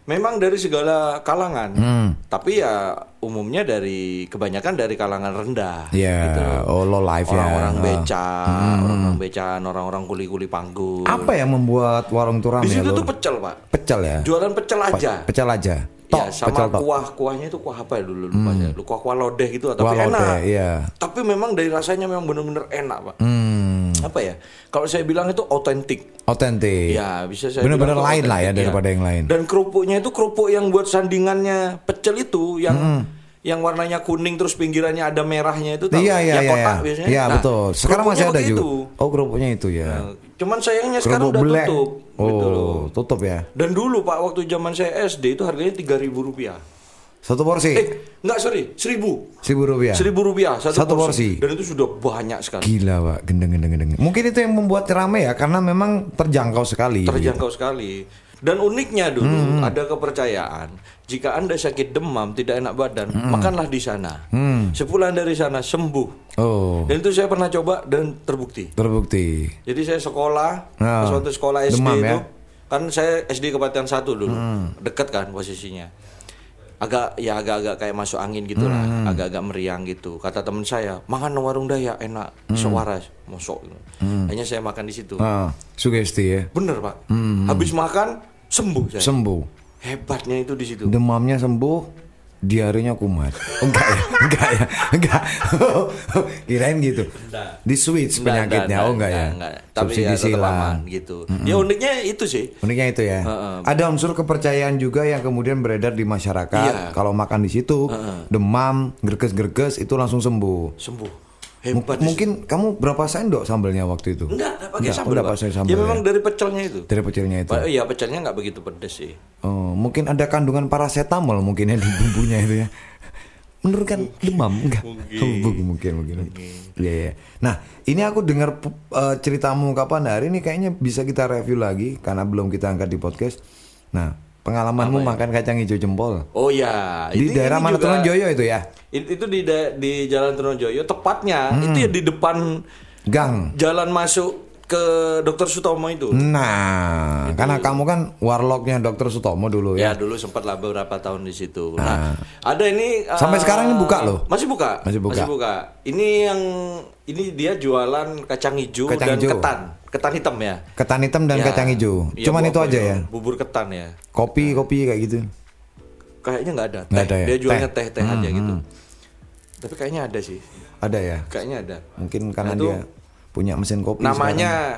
memang dari segala kalangan. Hmm. Tapi ya umumnya dari kebanyakan dari kalangan rendah. Iya, gitu. oh low life ya. Orang-orang Ah. beca, Hmm. orang-orang becaan, orang-orang kuli-kuli panggung. Apa yang membuat warung itu ramai? Di situ Lur? tuh pecel, Pak. Pecel ya. Jualan pecel aja. Pe- Pecel aja. Tok, Ya, sama pecel tok. kuah, kuahnya itu kuah apa ya dulu lupa ya. Lu kuah-kuah lodeh gitu, tapi Kuah enak. lodeh, iya. Tapi memang dari rasanya memang benar-benar enak, Pak. Hmm. Apa ya? Kalau saya bilang itu otentik. Otentik. Ya, bisa saya Bener-bener bilang itu lain lah ya otentik, daripada yang lain. Dan kerupuknya itu kerupuk yang buat sandingannya pecel itu yang yang warnanya kuning terus pinggirannya ada merahnya itu tahu? Iya iya yang iya. kotak iya. biasanya. Iya, Nah, betul. Sekarang masih kerupuknya ada juga. begitu. Oh, kerupuknya itu ya. Nah, cuman sayangnya sekarang Kerupuk udah belek. tutup. gitu loh. Oh, tutup ya. Dan dulu Pak waktu zaman saya S D itu harganya tiga ribu rupiah. Satu porsi. Eh, enggak sorry, seribu. Seribu rupiah. Seribu rupiah satu, Satu porsi. porsi. Dan itu sudah banyak sekali. Gila, Pak. Gendeng gendeng gendeng. Mungkin itu yang membuat ramai ya karena memang terjangkau sekali. Terjangkau sekali. Dan uniknya dulu hmm. ada kepercayaan jika Anda sakit demam, tidak enak badan, hmm. makanlah di sana. Hmm. Sepulang dari sana sembuh. Oh. Dan itu saya pernah coba dan terbukti. Terbukti. Jadi saya sekolah, Ah. suatu sekolah S D Demam, itu, ya? kan saya S D Kepatihan satu dulu, hmm. dekat kan posisinya. Agak ya agak-agak kayak masuk angin gitu lah, hmm. agak-agak meriang gitu. Kata teman saya, makan di warung Dayak enak, hmm. sewaras, mosok. Hmm. Hanya saya makan di situ. Ah, sugesti ya. Bener Pak. Hmm. Habis makan sembuh saya. Sembuh. Hebatnya itu di situ. Demamnya sembuh, diarenya kumat. Oh, enggak ya, enggak ya, enggak. Kirain gitu. Di switch penyakitnya, oh enggak ya. Enggak, tapi ya Subsidi tetap silang. aman gitu. Ya uniknya itu sih. Uniknya itu ya. Heeh. Ada unsur kepercayaan juga yang kemudian beredar di masyarakat. Iya. Kalau makan di situ, demam, gerges-gerges itu langsung sembuh. Sembuh. M- Hebat. di mungkin kamu berapa sendok sambelnya waktu itu? situ. Enggak, enggak pakai Enggak, sambal. enggak Pak. pakai sambal Ya memang ya? dari pecelnya itu. Dari pecelnya itu. Pak, iya pecelnya enggak begitu pedes sih. Oh, mungkin ada kandungan paracetamol mungkin ya di bumbunya itu ya. Menurunkan demam enggak? Mungkin. mungkin mungkin mungkin. Iya ya. Nah, ini aku dengar uh, ceritamu kapan hari ini kayaknya bisa kita review lagi karena belum kita angkat di podcast. Nah, pengalamanmu makan kacang hijau jempol. Oh ya, Di ini- daerah ini mana juga- Trunojoyo itu ya? It- Itu di da- di Jalan Trunojoyo, tepatnya Hmm. itu ya di depan Gang. jalan masuk ke Dokter Sutomo itu. Nah, karena kamu kan warlocknya Dokter Sutomo dulu Ya ya. dulu sempat lah beberapa tahun di situ. Nah, ada ini Sampai eh, sekarang ini buka loh? Masih buka. Masih buka. Ini yang ini dia jualan kacang hijau Kacang dan hijau. ketan, ketan hitam ya. Ketan hitam dan Ya. kacang hijau. Iya, Cuman bu- itu apa aja ya. Bubur ketan ya. Kopi, kopi kayak gitu. Kayaknya nggak ada. Nggak Teh. ada ya? Dia jualnya Teh. teh-teh aja gitu. Tapi kayaknya ada sih. Ada ya. Kayaknya ada. Mungkin karena Nah, itu dia punya mesin kopi. Namanya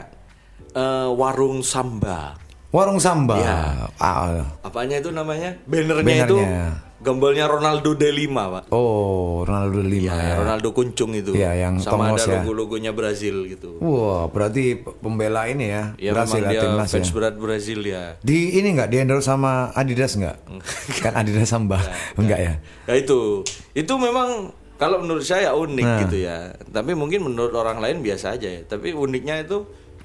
eh, Warung Samba. sekarang. Warung Samba. Iya. Ah, Apanya itu namanya? Bannernya, Bannernya. itu gambarnya Ronaldo de Lima, Pak. oh, Ronaldo lima Ya, ya. Ronaldo Kuncung itu. Iya, yang sama tongos ada ya. logo-logonya Brazil gitu. Wah, berarti p- pembela ini ya. Ya Brasil memang ya, dia timnas fans ya. berat Brazil ya. Di ini enggak di endorse sama Adidas enggak? Kan Adidas Samba. Enggak ya? Ya itu. Itu memang kalau menurut saya unik Nah. gitu ya. Tapi mungkin menurut orang lain biasa aja ya. Tapi uniknya itu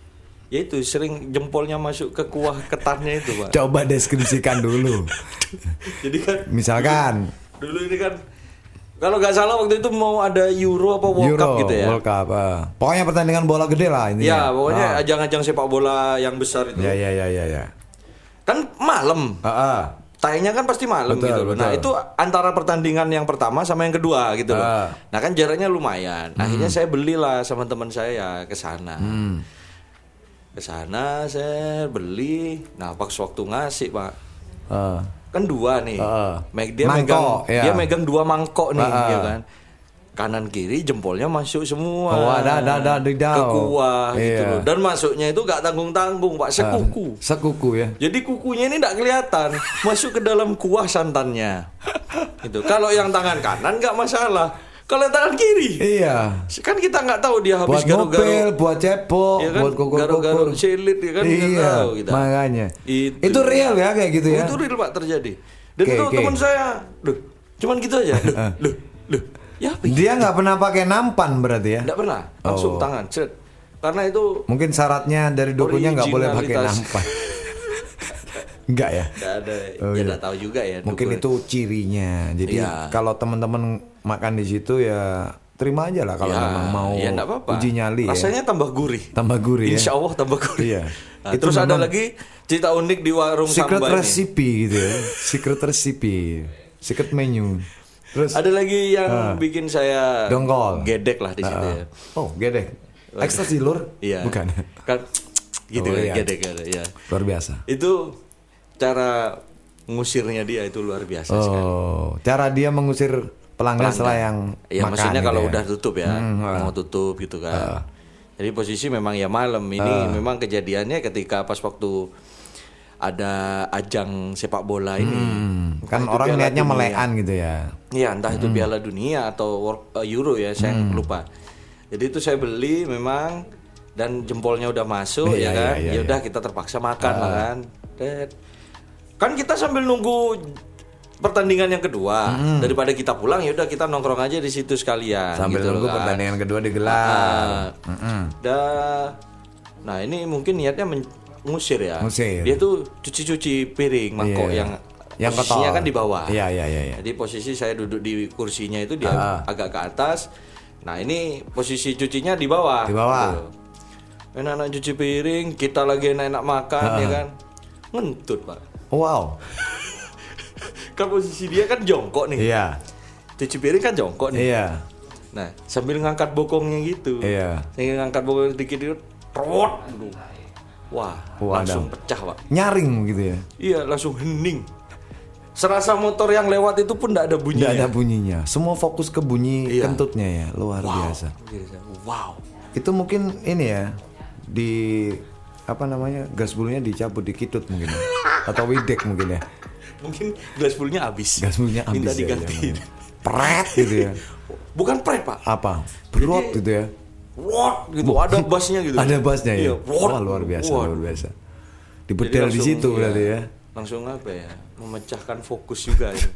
ya itu sering jempolnya masuk ke kuah ketannya itu, Pak. Coba deskripsikan dulu. Jadi kan Misalkan dulu ini kan kalau nggak salah waktu itu mau ada Euro apa World Euro, Cup gitu ya. World Cup. ah. Pokoknya pertandingan bola gede lah intinya. Ya, pokoknya Ah. ajang-ajang sepak bola yang besar itu. Ya ya ya ya ya. Kan malam. Ah, ah. Tayangnya kan pasti malam Betul, gitu loh. Nah, betul. itu antara pertandingan yang pertama sama yang kedua gitu loh. Ah. Nah, kan jaraknya lumayan. Akhirnya saya belilah sama teman saya ke sana. Hmm. Ke sana saya beli. Nah, pas waktu ngasih, Pak. Ah. Kan dua nih. Ah. Meg- dia Mangkok, megang ya. dia megang dua mangkok nih, Ah. ya kan. Kanan kiri jempolnya masuk semua. Oh, ada ada ada di ke daun. kuah gitu Iya. loh. Dan masuknya itu gak tanggung-tanggung, Pak, sekuku. Ah, sekuku ya. Jadi kukunya ini tidak kelihatan masuk ke dalam kuah santannya. Itu. Kalau yang tangan kanan nggak masalah. Kalau yang tangan kiri, Iya. kan kita nggak tahu dia habis Buat mobil, garu-garu, buat cepok, ya kan? buat kukur-kukur. Garu-garu silit, ya kan? Nggak Iya, tahu kita. makanya. Itu. Itu real ya kayak gitu ya. Itu real, Pak, terjadi. Dan Oke, itu oke. teman saya, loh, cuman gitu aja, loh, loh, loh, ya apa? Dia nggak pernah pakai nampan berarti ya? Nggak pernah, langsung Oh. tangan, cet. Karena itu Mungkin syaratnya dari dukunya nggak boleh pakai Originalitas. nampan. Enggak ya? nggak ada, Oh, ya iya. nggak tahu juga ya. Mungkin dukun. itu cirinya. Jadi Iya. kalau teman-teman makan di situ ya terima aja lah kalau Ya, memang mau ya nggak apa-apa. uji nyali Rasanya ya. tambah gurih. Tambah gurih ya. Insya Allah tambah gurih. Iya. Nah, Itu terus ada memang lagi cerita unik di warung secret Samba ini. recipe gitu ya. Secret recipe. Secret menu. Terus Ada lagi yang bikin saya Dongkol. gedek lah di situ ya. oh, gedek. Ekstasi lur? Iya. Bukan. Kan gitu Oh, ya, iya. gedek ada ya. Luar biasa. Itu cara ngusirnya dia itu luar biasa sekali. Oh, cara dia mengusir pelanggan setelah yang Ya makan maksudnya gitu kalau ya. udah tutup ya, mau tutup gitu kan. Jadi posisi memang ya malam ini memang kejadiannya ketika pas waktu ada ajang sepak bola ini. Hmm, Entah kan itu orang Piala lihatnya Dunia. melean gitu ya. Iya, entah itu Piala Dunia atau World- eh, Euro ya, saya Hmm. lupa. Jadi itu saya beli memang dan jempolnya udah masuk Iya, ya kan. iya, iya, ya udah kita terpaksa makan lah kan. Tet. Kan kita sambil nunggu pertandingan yang kedua. Daripada kita pulang ya udah kita nongkrong aja di situ sekalian Sambil gitu nunggu loh kan. pertandingan kedua digelar. Ah. Dah. Nah, ini mungkin niatnya mengusir ya. Ngusir. Dia tuh cuci-cuci piring mangkok Iya. yang Yang posisinya kotor. kan di bawah. Iya, iya, iya, iya. Jadi posisi saya duduk di kursinya itu dia Ah. agak ke atas. Nah, ini posisi cucinya di bawah. Di bawah. Gitu. Enak-enak cuci piring, kita lagi enak-enak makan Ah. ya kan. Ngentut, Pak. Wow. Kan posisi dia kan jongkok nih. Iya. Cuci piring kan jongkok nih. Iya. Nah, sambil ngangkat bokongnya gitu. Iya. Sambil ngangkat bokong dikit-dikit, trot dulu. Wah, Waduh. langsung pecah, Pak. Nyaring gitu ya. Iya, langsung hening. Serasa motor yang lewat itu pun tidak ada bunyinya. Tidak ada bunyinya. Semua fokus ke bunyi Iya. kentutnya ya. Luar Wow. biasa. Wow. Itu mungkin ini ya di apa namanya gas bulunya dicabut dikitut mungkin ya. Atau widek mungkin ya. Mungkin gelas fullnya habis. Gas bulunya habis Minta ya, digantiin. ya, pret gitu ya. Bukan pret, Pak. Apa? Berot gitu ya. What gitu, ada bassnya gitu. Ada bassnya ya. Iya, what. Wah, luar biasa, What. luar biasa. Jadi Dibedel di langsung, situ iya, berarti ya. Langsung apa ya? Memecahkan fokus juga ya.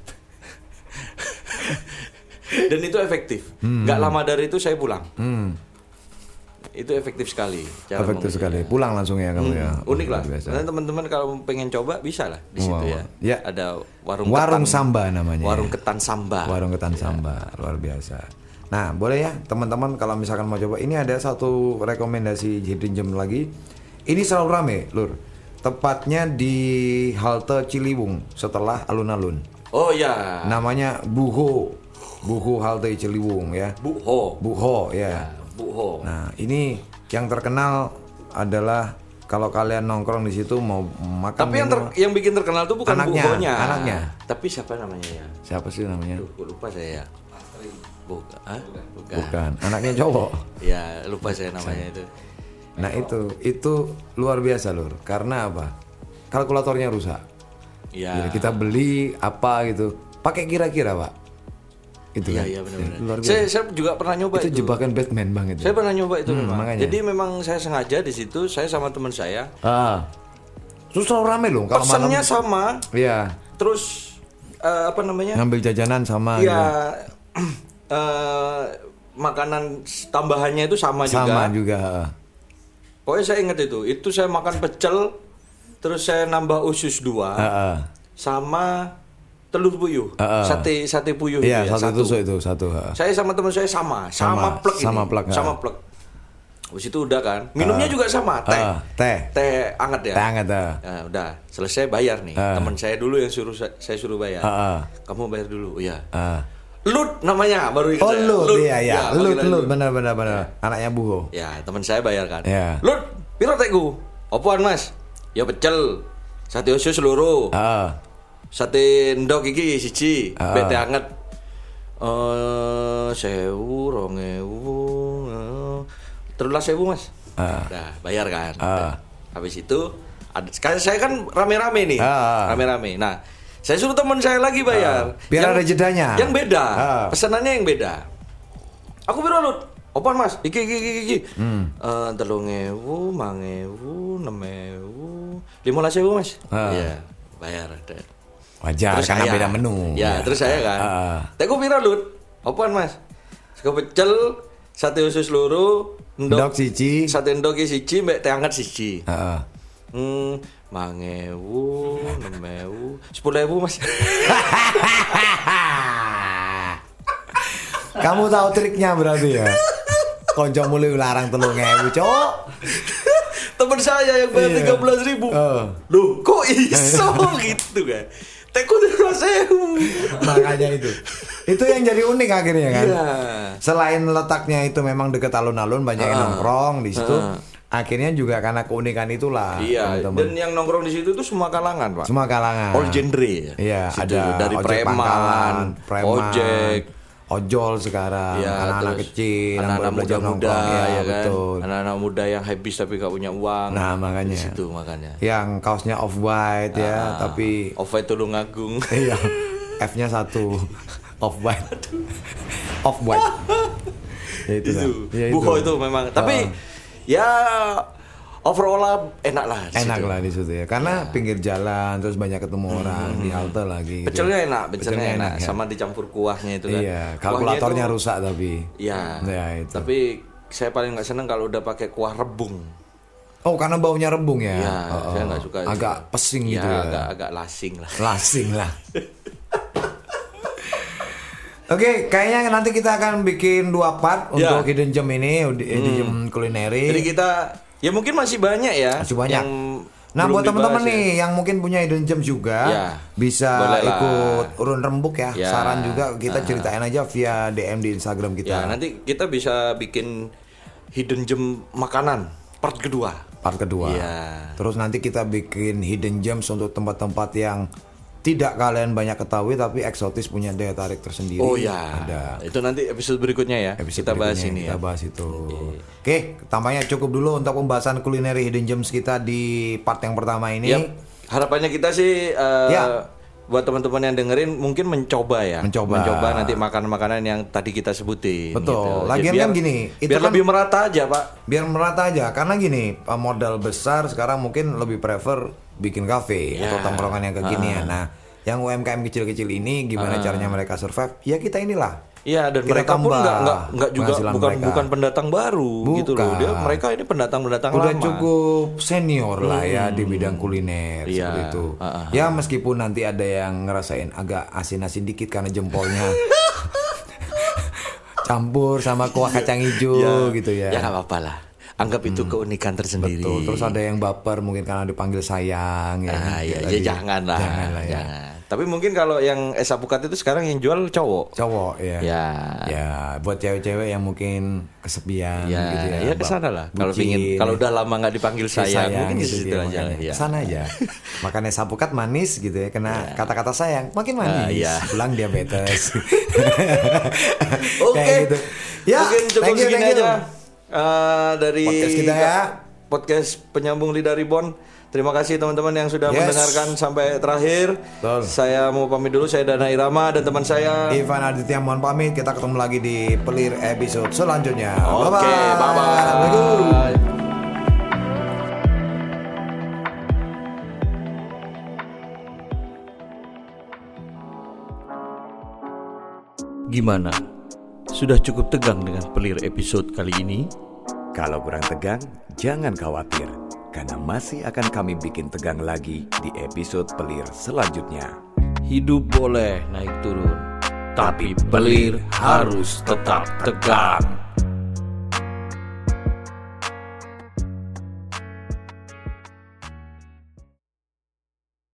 Dan itu efektif. Nggak lama dari itu saya pulang. Hmm. Itu efektif sekali. cara Efektif mengusirnya. sekali. Pulang langsung ya kamu ya. Hmm, unik lah. Luar biasa. Nah, teman-teman kalau pengen coba bisa lah di situ Wow. ya. Ya. Ada warung Warung ketan. Samba namanya. Warung ya. ketan Samba. Warung ketan Samba, luar biasa. Nah, boleh ya teman-teman kalau misalkan mau coba. Ini ada satu rekomendasi hidden gem lagi. Ini selalu rame, Lur. Tepatnya di halte Ciliwung setelah alun-alun. Oh ya. Namanya Buho. Buho halte Ciliwung ya. Buho. Buho ya. Buho. Nah, ini yang terkenal adalah kalau kalian nongkrong di situ mau makan Tapi yang ter, minum- yang bikin terkenal tuh bukan Anaknya, buhonya. anaknya. Tapi siapa namanya ya? siapa sih namanya? Duh, gua lupa saya ya. Bukan. Hah? Bukan. Bukan, anaknya cowok. Ya, lupa saya namanya itu. Nah itu itu luar biasa Lur. Karena apa? Kalkulatornya rusak. Ya. Jadi kita beli apa gitu, pakai kira-kira Pak. Itu Iya, kan. iya benar-benar. Luar biasa. Saya, saya juga pernah nyoba itu itu. jebakan Batman banget. Saya pernah nyoba itu Hmm, memang. makanya. Jadi memang saya sengaja di situ, saya sama teman saya. Ah. Terus selalu rame loh kalau malam. Pesannya sama, Iya. terus eh, apa namanya? Ngambil jajanan sama gitu. Ya eh, makanan tambahannya itu sama, Sama juga. juga. Pokoknya saya ingat itu. Itu saya makan pecel, terus saya nambah usus dua, Heeh. sama telur puyuh, Ah, ah. sate sate puyuh. Iya, itu ya, satu tusuk itu satu. ha. Saya sama teman saya sama, sama, Sama, plek sama ini, plek, ah. sama plek. Habis itu udah kan, minumnya juga sama, teh, Ah, teh. teh anget ya. Teh hangat, ah. Nah, udah selesai bayar nih. Ah. Teman saya dulu yang suruh sa- saya suruh bayar. Ah, ah. Kamu bayar dulu, ya. Ah. Lut namanya baru ingat Oh, saya. Lut, iya ya. Lut, panggilan Lut, benar benar benar. Anaknya Buho. Ya, teman saya bayar kan. Ya. Lut, piro tekku? Apaan, Mas? Ya pecel. Sate usus loro. Ah. Sate ndok iki siji, Ah. mbek teh anget. Eh, sewu, rong ewu, eh, telulas sewu Mas. Ah. Nah, bayar kan. Ah. Habis itu ada, sekarang saya kan rame-rame nih, Ah. rame-rame. Nah, saya suruh teman saya lagi bayar. Ah. Biar ada jedanya. Yang beda, Ah. pesanannya yang beda. Aku piro Lut? Apaan Mas? Iki iki iki iki. Hmm. Eh, telung ewu, mang ewu, nem ewu, limolas ewu Mas. Ah. Iya, bayar. Dad. Wajar karena beda menu. Ya, terus saya kan. Ah. Teku piro Lut? Apaan Mas? Sego pecel, sate usus loro, Ndok siji. Sate ndok siji mbek teh anget siji. Heeh. Hmm, mang ewu, nem ewu, sepuluh ewu Mas. Kamu tahu triknya berarti ya? Konco mulai larang telung ewu, cok. Temen saya yang bayar Iya. tiga belas ribu. Oh. Loh, kok iso gitu kan? Teko tiga sewu. Makanya itu. Itu yang jadi unik akhirnya kan. Iya. Selain letaknya itu memang deket alun-alun, banyak yang Ah. nongkrong di situ. Ah. Akhirnya juga karena keunikan itulah. Iya, teman-teman. dan yang nongkrong di situ tuh semua kalangan, Pak. Semua kalangan. All genre. Iya, Situ, ada dari ojek preman, pangkalan, preman, ojek, ojol sekarang, ya, anak-anak terus kecil, yang anak-anak baru belajar muda-muda, nongkrong, ya, ya, kan? betul. Anak-anak muda yang habis tapi gak punya uang. Nah, makanya. Di situ makanya. Yang kaosnya off white ya, Ah, tapi Off-white Tulungagung. iya, F-nya satu, off white, off white. Ya itu, itu. lah. Ya, Buho itu memang. Tapi Ah. ya overall lah enak lah. di Enak situ. lah di situ ya, karena pinggir jalan terus banyak ketemu orang di halte lagi. gitu. Pecelnya enak, pecelnya, Pecelnya enak, enak, ya. sama dicampur kuahnya itu kan. Iya, Kuahnya kalkulatornya itu- rusak tapi. Iya. Ya, itu. Tapi saya paling nggak seneng kalau udah pakai kuah rebung. Oh, karena baunya rebung ya. Iya, Oh, saya oh. nggak suka. Agak itu. pesing Iya, gitu ya. agak agak lasing lah. Lasing lah. Oke, kayaknya nanti kita akan bikin dua part Ya. untuk hidden gem ini, hidden gem kulineri. Jadi kita ya mungkin masih banyak ya. Masih banyak. yang Nah, belum buat teman-teman dibahas ya. nih yang mungkin punya hidden gem juga, Ya, bisa boleh lah. ikut urun rembuk ya. Ya. Saran juga kita Ah. ceritain aja via D M di Instagram kita. Ya, nanti kita bisa bikin hidden gem makanan part kedua. Part kedua. Iya. Terus nanti kita bikin hidden gems untuk tempat-tempat yang tidak kalian banyak ketahui tapi eksotis, punya daya tarik tersendiri. Oh ya. Ada. Itu nanti episode berikutnya ya. Episode kita bahas berikutnya ini kita ya. bahas itu. Oke, tampaknya cukup dulu untuk pembahasan kulineri hidden gems kita di part yang pertama ini. Yap. Harapannya kita sih eh, Ya. buat teman-teman yang dengerin mungkin mencoba ya. Mencoba. nanti makanan-makanan yang tadi kita sebutin. Betul. gitu. Lagian Biar- kan gini, itu biar kan- lebih merata aja, Pak. Biar merata aja, karena gini, uh, modal besar sekarang mungkin lebih prefer bikin kafe Ya. atau tongkrongan yang kekinian. Ah. Nah, yang U M K M kecil-kecil ini gimana caranya mereka survive? Ya kita inilah. Iya, dan Kita mereka pun tambah nggak nggak nggak juga penghasilan bukan mereka. bukan pendatang baru gitu loh. Bukan. Dia mereka ini pendatang-pendatang Udah lama. cukup senior lah ya di bidang kuliner Iya. seperti itu. Ah, ah, Ya meskipun nanti ada yang ngerasain agak asin-asin dikit karena jempolnya campur sama kuah kacang hijau gitu ya. Ya nggak apa-apa lah. Anggap itu keunikan tersendiri. Betul. Terus ada yang baper mungkin karena dipanggil sayang ya. Ah, iya, Tadi. ya jangan lah. Jangan lah ya. Jangan. Tapi mungkin kalau yang es apukat itu sekarang yang jual cowok. Cowok ya. Ya. Ya, buat cewek-cewek yang mungkin kesepian Ya, gitu ya. ya kesana lah. Kalau Bucin. pingin, kalau udah lama nggak dipanggil Ya, sayang, mungkin di gitu situ dia, aja. makanya. Ya. Kesana aja. Makanya sapukat manis gitu ya. Kena kata-kata sayang makin manis. Ah, iya. Pulang diabetes. Oke. Kayak gitu. Ya, mungkin cukup thank you, segini thank you. aja eh, dari Podcast kita ya. podcast penyambung lidah Ribon. Terima kasih teman-teman yang sudah Yes. mendengarkan sampai terakhir. Betul. Saya mau pamit dulu. Saya Dana Irama dan teman saya. Ivan Aditya mohon pamit. Kita ketemu lagi di Pelir episode selanjutnya. Oke, Bye-bye. bye-bye. Assalamualaikum. Gimana? Sudah cukup tegang dengan Pelir episode kali ini? Kalau kurang tegang, jangan khawatir, karena masih akan kami bikin tegang lagi di episode Pelir selanjutnya. Hidup boleh naik turun, tapi pelir harus tetap tegang.